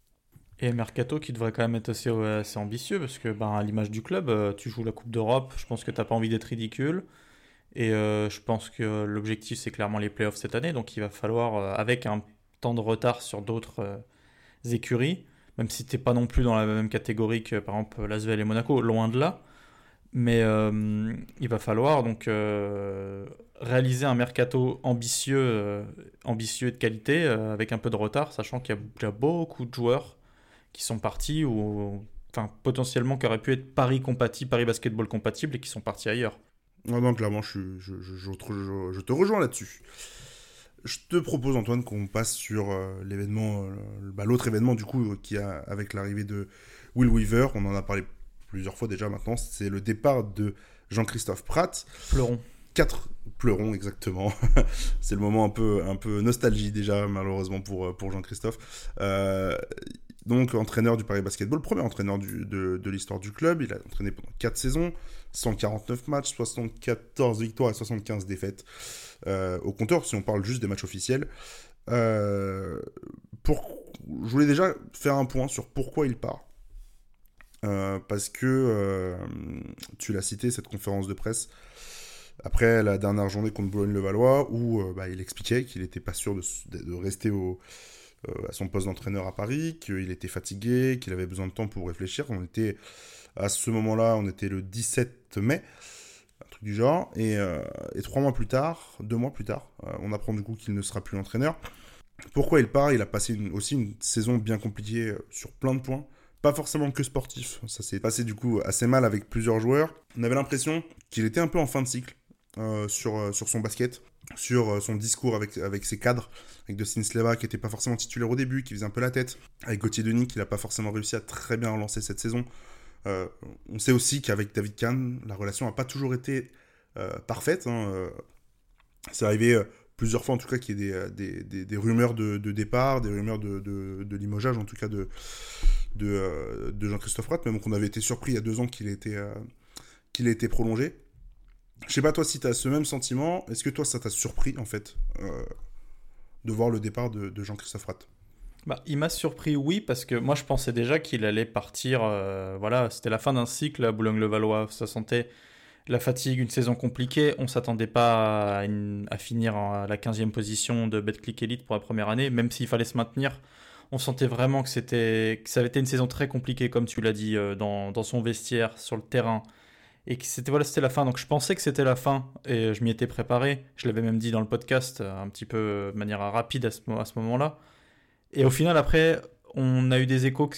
Et Mercato qui devrait quand même être assez, ouais, assez ambitieux parce que, ben, à l'image du club, euh, tu joues la Coupe d'Europe, je pense que t'as pas envie d'être ridicule. Et euh, je pense que l'objectif, c'est clairement les playoffs cette année. Donc il va falloir, euh, avec un temps de retard sur d'autres euh, écuries, même si t'es pas non plus dans la même catégorie que par exemple l'Asvel et Monaco, loin de là. Mais euh, il va falloir donc euh, réaliser un mercato ambitieux, euh, ambitieux et de qualité euh, avec un peu de retard, sachant qu'il y a déjà beaucoup de joueurs qui sont partis ou enfin potentiellement qui auraient pu être Paris compatibles, Paris Basketball compatibles et qui sont partis ailleurs. Non, non, clairement, je, suis- je, je, je, te rejoins- je te rejoins là-dessus. Je te propose, Antoine, qu'on passe sur euh, l'événement, euh, bah, l'autre événement du coup, euh, qui a avec l'arrivée de Will Weaver. On en a parlé plusieurs fois déjà maintenant. C'est le départ de Jean-Christophe Prat. Pleurons. Quatre pleurons exactement. C'est le moment un peu, un peu nostalgie déjà, malheureusement pour, pour Jean-Christophe. Euh, donc, entraîneur du Paris Basketball, premier entraîneur du, de, de l'histoire du club. Il a entraîné pendant quatre saisons, cent quarante-neuf matchs, soixante-quatorze victoires et soixante-quinze défaites euh, au compteur, si on parle juste des matchs officiels. Euh, pour... Je voulais déjà faire un point sur pourquoi il part. Euh, parce que, euh, tu l'as cité, cette conférence de presse, après la dernière journée contre Boulogne-le-Valois, où euh, bah, il expliquait qu'il n'était pas sûr de, de, de rester au, euh, à son poste d'entraîneur à Paris, qu'il était fatigué, qu'il avait besoin de temps pour réfléchir. On était, à ce moment-là, on était le dix-sept mai, un truc du genre, et, euh, et trois mois plus tard, deux mois plus tard, euh, on apprend du coup qu'il ne sera plus l'entraîneur. Pourquoi il part? Il a passé une, aussi une saison bien compliquée euh, sur plein de points. pas forcément que sportif. Ça s'est passé du coup assez mal avec plusieurs joueurs. On avait l'impression qu'il était un peu en fin de cycle euh, sur, euh, sur son basket, sur euh, son discours avec, avec ses cadres, avec Dustin Sleva qui n'était pas forcément titulaire au début, qui faisait un peu la tête, avec Gauthier Denis qui n'a pas forcément réussi à très bien relancer cette saison. Euh, on sait aussi qu'avec David Kahn, la relation n'a pas toujours été euh, parfaite. Hein, euh, c'est arrivé euh, plusieurs fois en tout cas qu'il y ait des, des, des, des rumeurs de, de départ, des rumeurs de, de, de limogeage en tout cas de, de, euh, de Jean-Christophe Rath, même qu'on avait été surpris il y a deux ans qu'il ait été, euh, qu'il ait été prolongé. Je sais pas toi si tu as ce même sentiment, est-ce que toi ça t'a surpris en fait euh, de voir le départ de, de Jean-Christophe Rath? Bah, il m'a surpris, oui, parce que moi je pensais déjà qu'il allait partir. Euh, voilà, c'était la fin d'un cycle à Boulogne-le-Valois. Ça sentait la fatigue, une saison compliquée. On s'attendait pas à, une, à finir à la quinzième position de Betclic Elite pour la première année, même s'il fallait se maintenir. On sentait vraiment que, c'était, que ça avait été une saison très compliquée, comme tu l'as dit, euh, dans, dans son vestiaire, sur le terrain. Et que c'était, voilà, c'était la fin. Donc je pensais que c'était la fin et je m'y étais préparé. Je l'avais même dit dans le podcast, un petit peu de manière rapide à ce, à ce moment-là. Et au final, après, on a eu des échos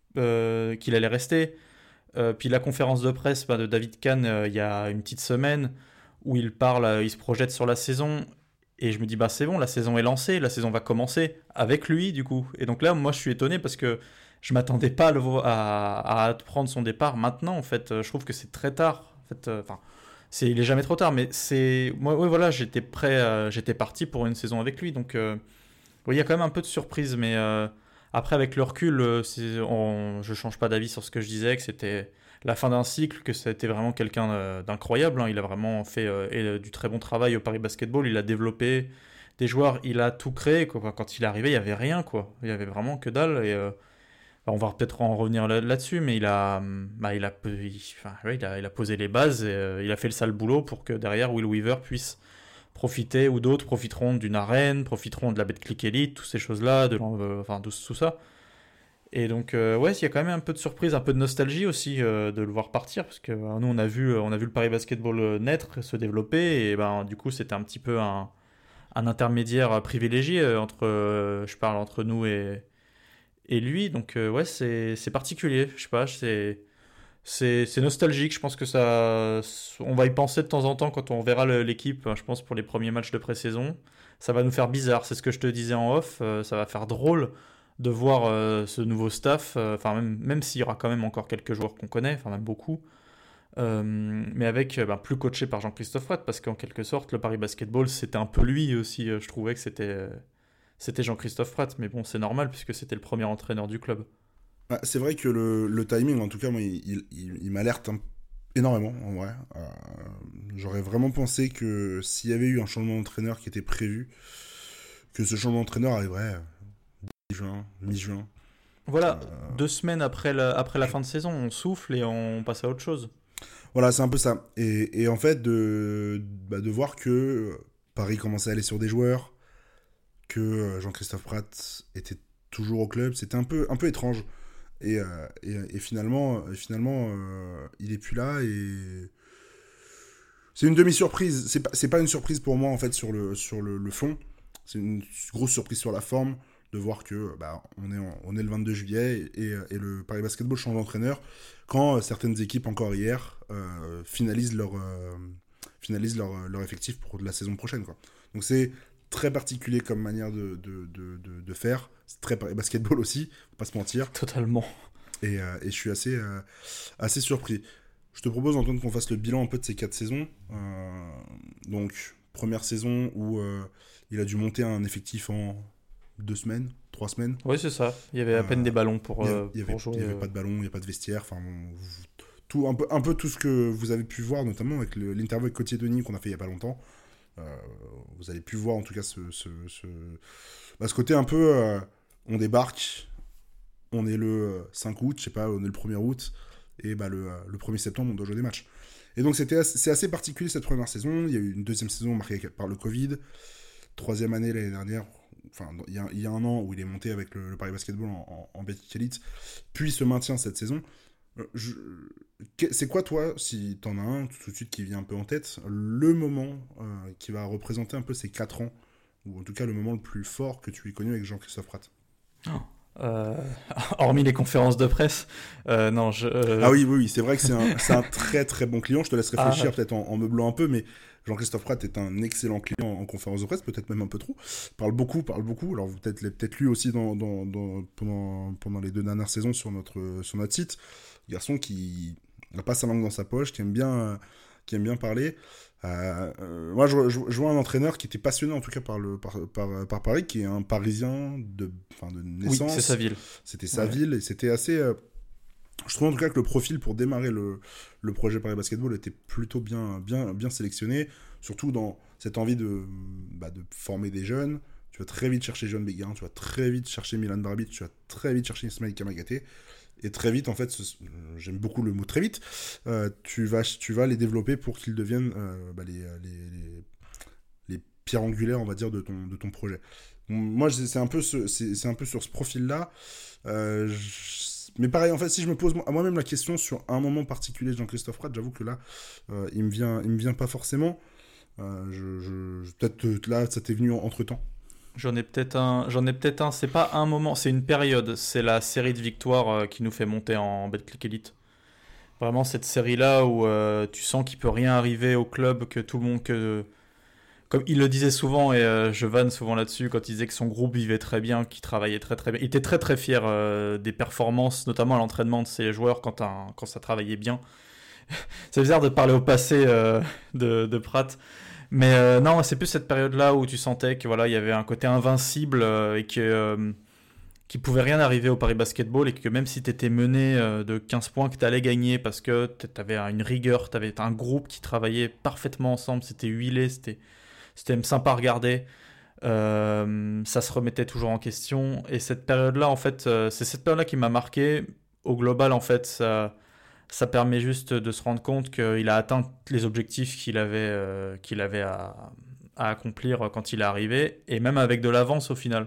euh, qu'il allait rester. Euh, puis la conférence de presse bah, de David Kahn, euh, il y a une petite semaine, où il parle, euh, il se projette sur la saison. Et je me dis, bah c'est bon, la saison est lancée, la saison va commencer avec lui, du coup. Et donc là, moi, je suis étonné parce que je m'attendais pas à, le vo- à, à prendre son départ maintenant, en fait. Je trouve que c'est très tard. En fait, euh, enfin, c'est, il est jamais trop tard, mais c'est... Moi, oui, voilà, j'étais prêt, euh, j'étais parti pour une saison avec lui, donc... Euh, oui, il y a quand même un peu de surprise, mais euh, après, avec le recul, euh, c'est, on, je change pas d'avis sur ce que je disais, que c'était la fin d'un cycle, que c'était vraiment quelqu'un euh, d'incroyable. Hein. Il a vraiment fait euh, et, euh, du très bon travail au Paris Basketball. Il a développé des joueurs, il a tout créé. Quoi. Quand il est arrivé, il y avait rien, quoi. Il y avait vraiment que dalle. Et euh, on va peut-être en revenir là- là-dessus, mais il a, bah, il a, il, enfin, ouais, il a, il a posé les bases. Et, euh, il a fait le sale boulot pour que derrière Will Weaver puisse profiter, ou d'autres profiteront d'une arène, profiteront de la Betclic Elite, toutes ces choses-là, de, euh, enfin, de tout ça. Et donc, euh, ouais, il y a quand même un peu de surprise, un peu de nostalgie aussi euh, de le voir partir, parce que euh, nous, on a, vu, on a vu le Paris Basketball euh, naître, se développer, et ben, du coup, c'était un petit peu un, un intermédiaire privilégié euh, entre, euh, je parle entre nous et, et lui. Donc, euh, ouais, c'est, c'est particulier, je sais pas, c'est... C'est, c'est nostalgique, je pense que ça, on va y penser de temps en temps quand on verra le- l'équipe, je pense pour les premiers matchs de pré-saison. Ça va nous faire bizarre, c'est ce que je te disais en off, euh, ça va faire drôle de voir euh, ce nouveau staff, euh, enfin même, même s'il y aura quand même encore quelques joueurs qu'on connaît, enfin même beaucoup, euh, mais avec euh, ben, plus coaché par Jean-Christophe Rath, parce qu'en quelque sorte le Paris Basketball c'était un peu lui aussi, euh, je trouvais que c'était, euh, c'était Jean-Christophe Rath, mais bon c'est normal puisque c'était le premier entraîneur du club. Ah, c'est vrai que le, le timing, en tout cas, moi, il, il, il- il m'alerte un- énormément, en vrai. Euh, j'aurais vraiment pensé que s'il y avait eu un changement d'entraîneur qui était prévu, que ce changement d'entraîneur arriverait mi-juin, mi-juin. Voilà, Euh, deux semaines après la, après la fin de saison, on souffle et on passe à autre chose. Voilà, c'est un peu ça. Et, et en fait, de, bah, de voir que Paris commençait à aller sur des joueurs, que euh, Jean-Christophe Pratt était toujours au club, c'était un peu, un peu étrange. Et, euh, et, et finalement, et finalement euh, il est plus là et c'est une demi-surprise. C'est pas, c'est pas une surprise pour moi en fait sur le, sur le, le fond. C'est une grosse surprise sur la forme de voir que bah, on, est en- on est le vingt-deux juillet et, et le Paris Basketball change d'entraîneur quand euh, certaines équipes encore hier euh, finalisent leur, euh, finalisent leur, leur effectif pour la saison prochaine. Quoi. Donc c'est très particulier comme manière de, de, de, de, de faire. C'est très Paris Basketball aussi, faut pas se mentir. Totalement. Et, euh, et je suis assez, euh, assez surpris. Je te propose, Antoine, qu'on fasse le bilan un peu de ces quatre saisons. Euh, donc, première saison où euh, il a dû monter un effectif en deux semaines, trois semaines. Oui, c'est ça. Il y avait à peine Euh, des ballons pour, Il n'y euh, avait, pour jouer. avait euh. pas de ballon, il n'y a pas de vestiaire. Enfin, bon, vous- tout, un, peu, un peu tout ce que vous avez pu voir, notamment avec le- l'interview avec Gauthier Denis qu'on a fait il n'y a pas longtemps. Euh, vous avez pu voir en tout cas ce, ce, ce, bah, ce côté un peu euh, on débarque, on est le cinq août, je sais pas, on est le premier août, et bah le, le premier septembre, on doit jouer des matchs. Et donc c'était assez, c'est assez particulier cette première saison. Il y a eu une deuxième saison marquée par le Covid, troisième année l'année dernière, enfin il y a, il y a un an où il est monté avec le, le Paris Basketball en, en, en Betclic Elite, puis se maintient cette saison. Euh, Je, que- c'est quoi toi, si t'en as un tout de suite qui vient un peu en tête, le moment euh, qui va représenter un peu ces quatre ans, ou en tout cas le moment le plus fort que tu aies connu avec Jean-Christophe Pratt? Euh, hormis les conférences de presse, euh, non, je. Euh... Ah oui, oui, oui, c'est vrai que c'est un, c'est un très très bon client. Je te laisse réfléchir Ah. peut-être en, en meublant un peu, mais Jean-Christophe Prat est un excellent client en conférence de presse, peut-être même un peu trop. Parle beaucoup, parle beaucoup. Alors vous peut-être l'avez peut-être lu aussi dans, dans, dans, pendant, pendant les deux dernières saisons sur notre, sur notre site. Garçon qui n'a pas sa langue dans sa poche, qui aime bien, qui aime bien parler. Euh, euh, moi, je, je, je vois un entraîneur qui était passionné en tout cas par, le, par, par, par Paris, qui est un Parisien de, enfin, de naissance. Oui, c'est sa ville. C'était sa Ouais. ville et c'était assez... Euh, je trouve en tout cas que le profil pour démarrer le, le projet Paris Basketball était plutôt bien, bien, bien sélectionné, surtout dans cette envie de, bah, de former des jeunes. Tu vas très vite chercher John Béguin, tu vas très vite chercher Milan Barbic, tu vas très vite chercher Ismaël Kamagaté. Et très vite, en fait, ce, j'aime beaucoup le mot très vite, euh, tu, vas, tu vas les développer pour qu'ils deviennent euh, bah, les, les, les, les pierres angulaires, on va dire, de ton, de ton projet. Moi, c'est un peu, ce, c'est, c'est un peu sur ce profil-là. Euh, je, mais pareil, en fait, si je me pose à moi-même la question sur un moment particulier de Jean-Christophe Prat, j'avoue que là, euh, il me vient, il me vient pas forcément. Euh, je, je, peut-être là, ça t'est venu entre-temps. J'en ai peut-être un, j'en ai peut-être un, c'est pas un moment, c'est une période, c'est la série de victoires euh, qui nous fait monter en Betclic Elite. Vraiment cette série-là où euh, tu sens qu'il peut rien arriver au club, que tout le monde, que... Comme il le disait souvent, et euh, je vanne souvent là-dessus, quand il disait que son groupe vivait très bien, qu'il travaillait très très bien. Il était très très fier euh, des performances, notamment à l'entraînement de ses joueurs quand, un, quand ça travaillait bien. C'est bizarre de parler au passé euh, de, de Pratt. Mais euh, non, c'est plus cette période-là où tu sentais que voilà, il y avait un côté invincible euh, et que euh, qu'il pouvait rien arriver au Paris Basketball et que même si tu étais mené euh, de quinze points, que tu allais gagner parce que tu avais une rigueur, tu avais un groupe qui travaillait parfaitement ensemble, c'était huilé, c'était c'était sympa à regarder. Euh, ça se remettait toujours en question et cette période-là, en fait, euh, c'est cette période-là qui m'a marqué. Au global, en fait, ça ça permet juste de se rendre compte qu'il a atteint les objectifs qu'il avait, euh, qu'il avait à, à accomplir quand il est arrivé, et même avec de l'avance au final.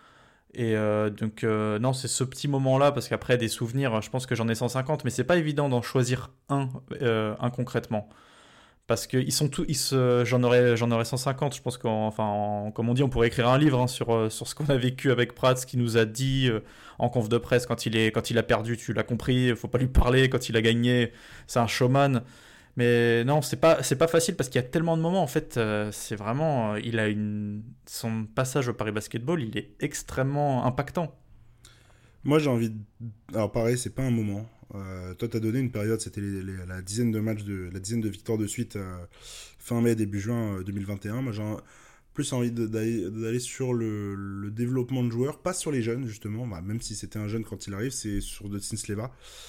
Et euh, donc, euh, non, c'est ce petit moment-là, parce qu'après, des souvenirs, je pense que j'en ai cent cinquante, mais c'est pas évident d'en choisir un, euh, un concrètement. Parce que ils sont tous, ils se, j'en aurais, j'en aurais cent cinquante. Je pense qu'enfin, comme on dit, on pourrait écrire un livre hein, sur euh, sur ce qu'on a vécu avec Pratt, ce qu'il nous a dit euh, en conf de presse quand il est, quand il a perdu, tu l'as compris. Il faut pas lui parler. Quand il a gagné, c'est un showman. Mais non, c'est pas, c'est pas facile parce qu'il y a tellement de moments. En fait, euh, c'est vraiment, euh, il a une, son passage au Paris Basketball, il est extrêmement impactant. Moi, j'ai envie de... Alors pareil, c'est pas un moment. Euh, toi, t'as donné une période, c'était les, les, la dizaine de matchs, de, la dizaine de victoires de suite euh, fin mai, début juin euh, deux mille vingt et un. Moi, j'ai plus envie de, d'aller, d'aller sur le, le développement de joueurs, pas sur les jeunes, justement, bah, même si c'était un jeune quand il arrive, c'est sur Dustin Sleva.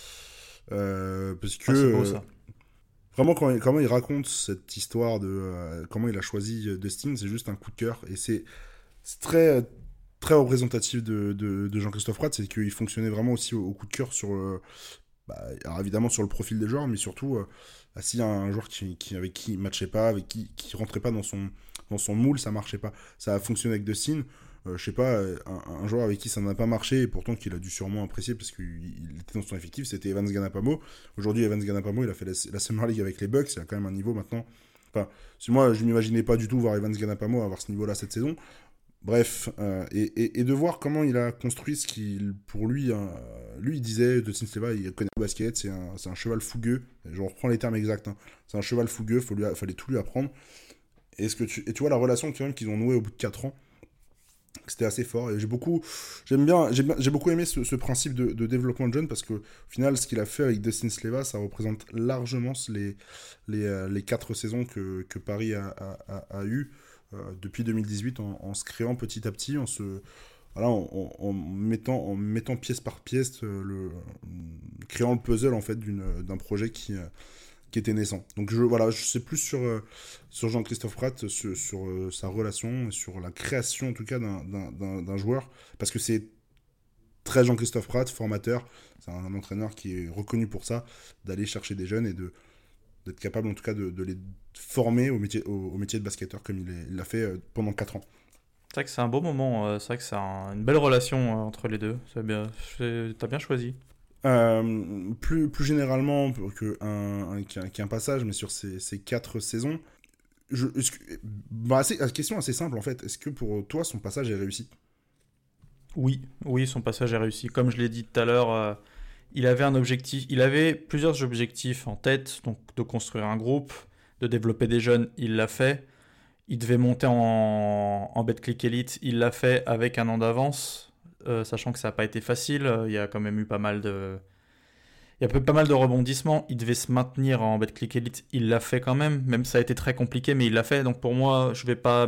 Euh, parce que... Ah, c'est beau ça. Euh, vraiment, quand, comment il raconte cette histoire de euh, comment il a choisi Dustin, c'est juste un coup de cœur. Et c'est, c'est très... très représentatif de, de, de Jean-Christophe Prat, c'est qu'il fonctionnait vraiment aussi au, au coup de cœur sur, euh, bah, alors évidemment sur le profil des joueurs, mais surtout euh, bah, s'il y a un joueur qui, qui, avec qui il ne matchait pas, avec qui qui rentrait pas dans son, dans son moule, ça marchait pas. Ça a fonctionné avec Dustin. Euh, je sais pas, un, un joueur avec qui ça n'a pas marché et pourtant qu'il a dû sûrement apprécier parce qu'il il était dans son effectif, c'était Evans Ganapamo. Aujourd'hui, Evans Ganapamo, il a fait la, la Summer League avec les Bucks, il a quand même un niveau maintenant. Enfin, moi, je m'imaginais pas du tout voir Evans Ganapamo avoir ce niveau-là cette saison. Bref, euh, et, et, et de voir comment il a construit ce qu'il, pour lui, euh, lui il disait, Dustin Sleva, il connaît le basket, c'est un, c'est un cheval fougueux, je reprends les termes exacts, hein. C'est un cheval fougueux, il fallait tout lui apprendre. Et, ce que tu, et tu vois la relation quand même qu'ils ont nouée au bout de quatre ans, c'était assez fort, et j'ai beaucoup, j'aime bien, j'ai, j'ai beaucoup aimé ce, ce principe de, de développement de jeunes, parce qu'au final, ce qu'il a fait avec Dustin Sleva, ça représente largement les, les, euh, les quatre saisons que, que Paris a, a, a, a eues. Euh, depuis deux mille dix-huit en, en se créant petit à petit, en se voilà, en, en, en mettant en mettant pièce par pièce euh, le en créant le puzzle en fait d'une, d'un projet qui euh, qui était naissant. Donc je voilà, je sais plus sur euh, sur Jean-Christophe Prat, sur, sur euh, sa relation, sur la création en tout cas d'un, d'un, d'un, d'un joueur, parce que c'est très Jean-Christophe Prat, formateur, c'est un, un entraîneur qui est reconnu pour ça, d'aller chercher des jeunes et de d'être capable en tout cas de, de les former au métier, au, au métier de basketteur comme il, est, il l'a fait pendant quatre ans. C'est vrai que c'est un beau moment, c'est vrai que c'est un, une belle relation entre les deux, c'est bien, c'est, t'as bien choisi. Euh, plus, plus généralement qu'un un, qu'un, qu'un passage, mais sur ces, ces quatre saisons, je, que, bah, c'est, la question assez simple en fait, est-ce que pour toi son passage est réussi ? Oui, oui, son passage est réussi. Comme je l'ai dit tout à l'heure, euh, il avait un objectif, il avait plusieurs objectifs en tête, donc de construire un groupe, de développer des jeunes, il l'a fait. Il devait monter en, en Betclic Elite, il l'a fait avec un an d'avance, euh, sachant que ça n'a pas été facile. Il y a quand même eu pas mal de, il y a pas mal de rebondissements. Il devait se maintenir en Betclic Elite, il l'a fait quand même, même ça a été très compliqué, mais il l'a fait. Donc pour moi, je vais pas,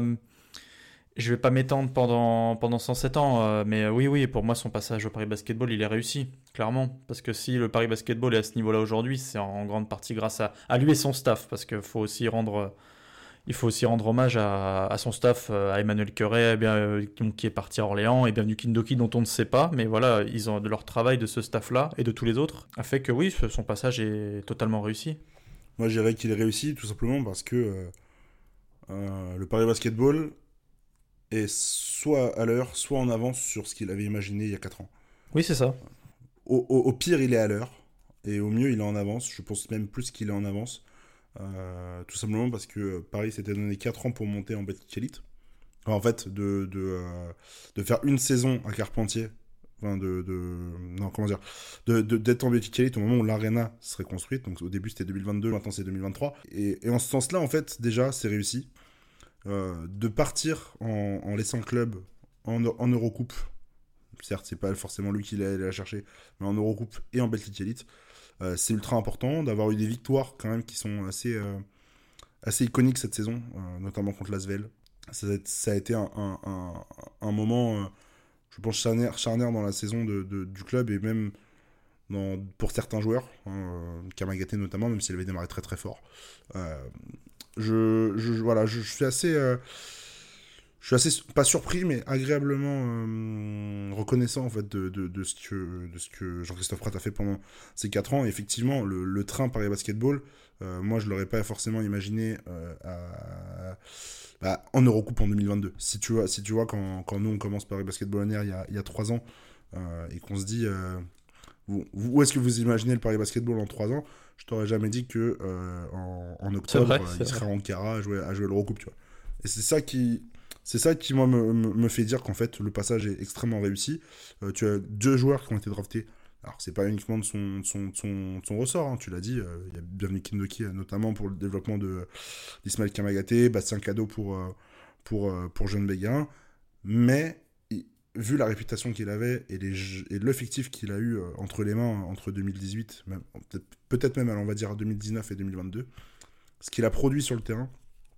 je vais pas m'étendre pendant pendant cent sept ans, euh, mais euh, oui, oui, pour moi, son passage au Paris Basketball, il est réussi, clairement, parce que si le Paris Basketball est à ce niveau-là aujourd'hui, c'est en grande partie grâce à, à lui et son staff, parce qu'il faut aussi rendre Il faut aussi rendre hommage à, à son staff, à Emmanuel Curé, eh bien, euh, qui est parti à Orléans, et Bienvenue Kindoki, dont on ne sait pas. Mais voilà, ils ont, de leur travail de ce staff-là et de tous les autres a fait que oui, son passage est totalement réussi. Moi, je dirais qu'il est réussi tout simplement parce que euh, euh, le Paris Basketball est soit à l'heure, soit en avance sur ce qu'il avait imaginé il y a quatre ans. Oui, c'est ça. Au, au, au pire, il est à l'heure, et au mieux, il est en avance. Je pense même plus qu'il est en avance. Euh, tout simplement parce que Paris s'était donné quatre ans pour monter en Betclic Elite. Enfin, en fait, de, de, euh, de faire une saison à Carpentier, enfin de, de non comment dire, de, de, d'être en Betclic Elite au moment où l'Arena serait construite. Donc au début c'était deux mille vingt-deux, maintenant c'est deux mille vingt-trois. Et, et en ce sens-là, en fait, déjà c'est réussi. Euh, de partir en, en laissant le club en, en Eurocoupe. Certes, c'est pas forcément lui qui allé la chercher, mais en Eurocoupe et en Betclic Elite. Euh, c'est ultra important d'avoir eu des victoires quand même qui sont assez, euh, assez iconiques cette saison, euh, notamment contre l'Asvel. Ça, ça a été un, un, un, un moment, euh, je pense, charnière, charnière dans la saison de, de, du club et même dans, pour certains joueurs, hein, Kamagaté notamment, même s'il avait démarré très très fort. Euh, je, je, voilà, je, je suis assez... Euh, Je suis assez, pas surpris, mais agréablement euh, reconnaissant en fait, de, de, de, ce que, de ce que Jean-Christophe Prat a fait pendant ces quatre ans. Et effectivement, le, le train Paris Basketball, euh, moi je ne l'aurais pas forcément imaginé euh, à, à, en Eurocoupe en deux mille vingt-deux. Si tu vois, si tu vois quand, quand nous on commence Paris Basketball en air il y a, il y a trois ans, euh, et qu'on se dit, euh, vous, où est-ce que vous imaginez le Paris Basketball en trois ans, je t'aurais jamais dit que euh, en, en octobre, vrai, euh, il serait en Ankara à jouer, à jouer l'Eurocoupe. Tu vois. Et c'est ça qui... C'est ça qui, moi, me, me fait dire qu'en fait, le passage est extrêmement réussi. Euh, tu as deux joueurs qui ont été draftés. Alors, c'est pas uniquement de son, son, son, son ressort, hein, tu l'as dit. Il euh, y a Bienvenue Kindoki, notamment pour le développement de, d'Ismaël Kamagaté, Bastien Cadeau pour, euh, pour, euh, pour Jeune Béguin. Mais, il, vu la réputation qu'il avait et, les, et l'effectif qu'il a eu euh, entre les mains entre deux mille dix-huit, même, peut-être, peut-être même, on va dire, deux mille dix-neuf et deux mille vingt-deux, ce qu'il a produit sur le terrain,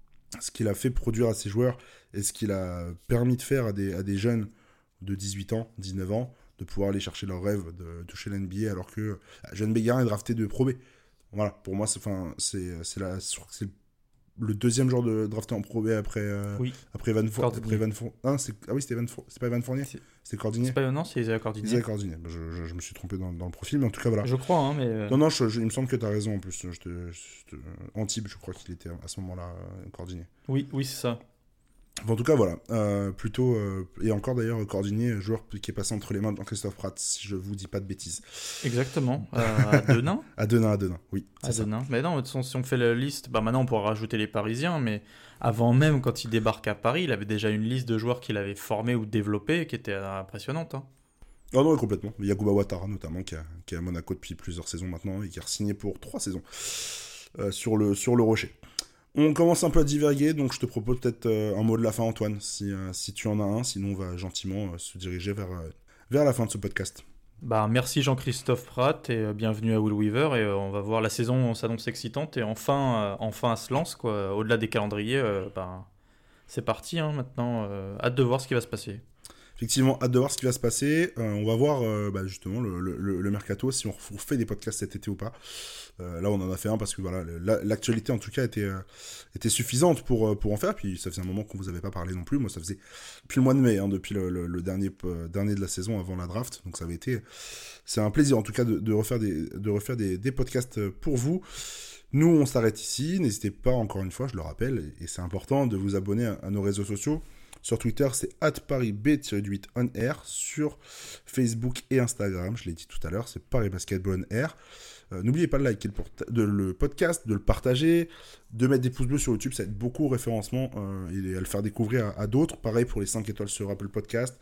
ce qu'il a fait produire à ses joueurs et ce qu'il a permis de faire à des, à des jeunes de dix-huit ans, dix-neuf ans, de pouvoir aller chercher leur rêve de toucher l'N B A alors que euh, Jeune Béguin est drafté de Pro B. Voilà, pour moi, c'est, c'est, c'est, la, c'est le deuxième joueur de drafté en Pro B après, euh, oui. après Evan Fournier. Four... Ah, c'est... ah oui, c'était Evan Four... c'est pas Evan Fournier, c'est, c'est Cordinier. C'est pas... Non, c'est Isaiah Cordinier. Isaiah Cordinier. Je, je, je me suis trompé dans, dans le profil, mais en tout cas, voilà. Je crois, hein, mais... Non, non, je, je, il me semble que tu as raison en plus. Je te, je te... Antibes, je crois qu'il était à ce moment-là, Cordinier. Oui, oui, c'est ça. En tout cas, voilà. Euh, plutôt, euh, et encore d'ailleurs, Cordinier, joueur qui est passé entre les mains de Jean-Christophe Prat, si je vous dis pas de bêtises. Exactement. Euh, à Denain À Denain, à Denain, oui. À Denain. Mais non, de toute façon, si on fait la liste, bah maintenant on pourra rajouter les Parisiens, mais avant même, quand il débarque à Paris, il avait déjà une liste de joueurs qu'il avait formés ou développés qui était impressionnante. Hein. Oh non, complètement. Yacouba Ouattara, notamment, qui, a, qui est à Monaco depuis plusieurs saisons maintenant et qui a signé pour trois saisons euh, sur, le, sur le Rocher. On commence un peu à diverguer, donc je te propose peut-être euh, un mot de la fin, Antoine, si, euh, si tu en as un, sinon on va gentiment euh, se diriger vers, euh, vers la fin de ce podcast. Bah, merci Jean-Christophe Prat et euh, bienvenue à Will Weaver, et euh, on va voir, la saison s'annonce excitante et enfin, euh, enfin elle se lance, quoi. Au-delà des calendriers, euh, bah, c'est parti hein, maintenant, euh, hâte de voir ce qui va se passer. Effectivement, hâte de voir ce qui va se passer. Euh, on va voir euh, bah, justement le, le, le mercato, si on refait des podcasts cet été ou pas. Euh, là, on en a fait un parce que voilà, la, l'actualité en tout cas était, euh, était suffisante pour, pour en faire. Puis ça faisait un moment qu'on vous avait pas parlé non plus. Moi, ça faisait depuis le mois de mai, hein, depuis le, le, le dernier, euh, dernier de la saison avant la draft. Donc ça avait été, c'est un plaisir en tout cas de, de refaire, des, de refaire des, des podcasts pour vous. Nous, on s'arrête ici. N'hésitez pas, encore une fois, je le rappelle, et c'est important de vous abonner à, à nos réseaux sociaux. Sur Twitter, c'est arobase paris b huit on air. Sur Facebook et Instagram, je l'ai dit tout à l'heure, c'est Paris Basketball on air. Euh, n'oubliez pas de liker le, porta- de le podcast, de le partager, de mettre des pouces bleus sur YouTube, ça aide beaucoup au référencement euh, et à le faire découvrir à, à d'autres. Pareil pour les cinq étoiles sur Apple Podcast.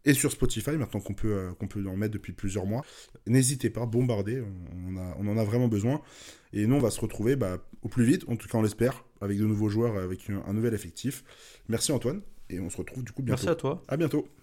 et sur Spotify, maintenant qu'on peut, euh, qu'on peut en mettre depuis plusieurs mois. N'hésitez pas, bombardez, on, on, a, on en a vraiment besoin. Et nous, on va se retrouver bah, au plus vite, en tout cas on l'espère, avec de nouveaux joueurs, avec un, un nouvel effectif. Merci Antoine, et on se retrouve du coup bientôt. Merci à toi. À bientôt.